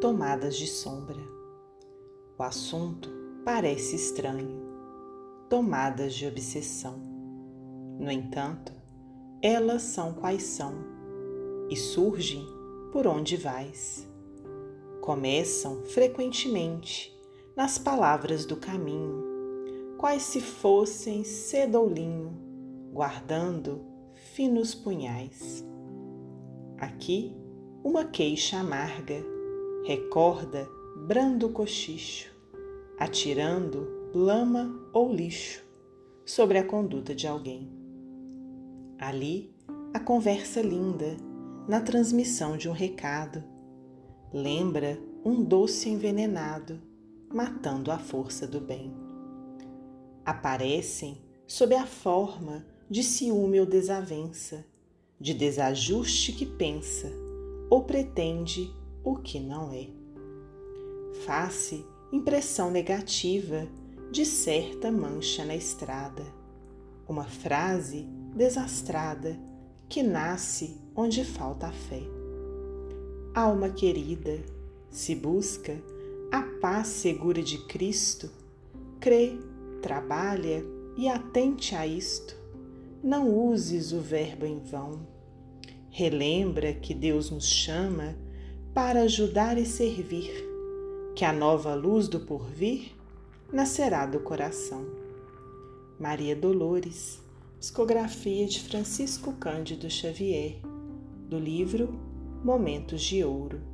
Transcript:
tomadas de sombra. O assunto parece estranho, tomadas de obsessão. No entanto, elas são quais são e surgem por onde vais. Começam frequentemente nas palavras do caminho, quais se fossem cedo ou linho, guardando finos punhais. Aqui, uma queixa amarga recorda brando cochicho, atirando lama ou lixo sobre a conduta de alguém. Ali, a conversa linda, na transmissão de um recado, lembra um doce envenenado, matando a força do bem. Aparecem sob a forma de ciúme ou desavença, de desajuste que pensa ou pretende o que não é. Faz-se impressão negativa de certa mancha na estrada, uma frase desastrada que nasce onde falta a fé. Alma querida, se busca a paz segura de Cristo, crê, trabalha e atente a isto. Não uses o verbo em vão. Relembra que Deus nos chama para ajudar e servir, que a nova luz do porvir nascerá do coração. Maria Dolores, psicografia de Francisco Cândido Xavier, do livro Momentos de Ouro.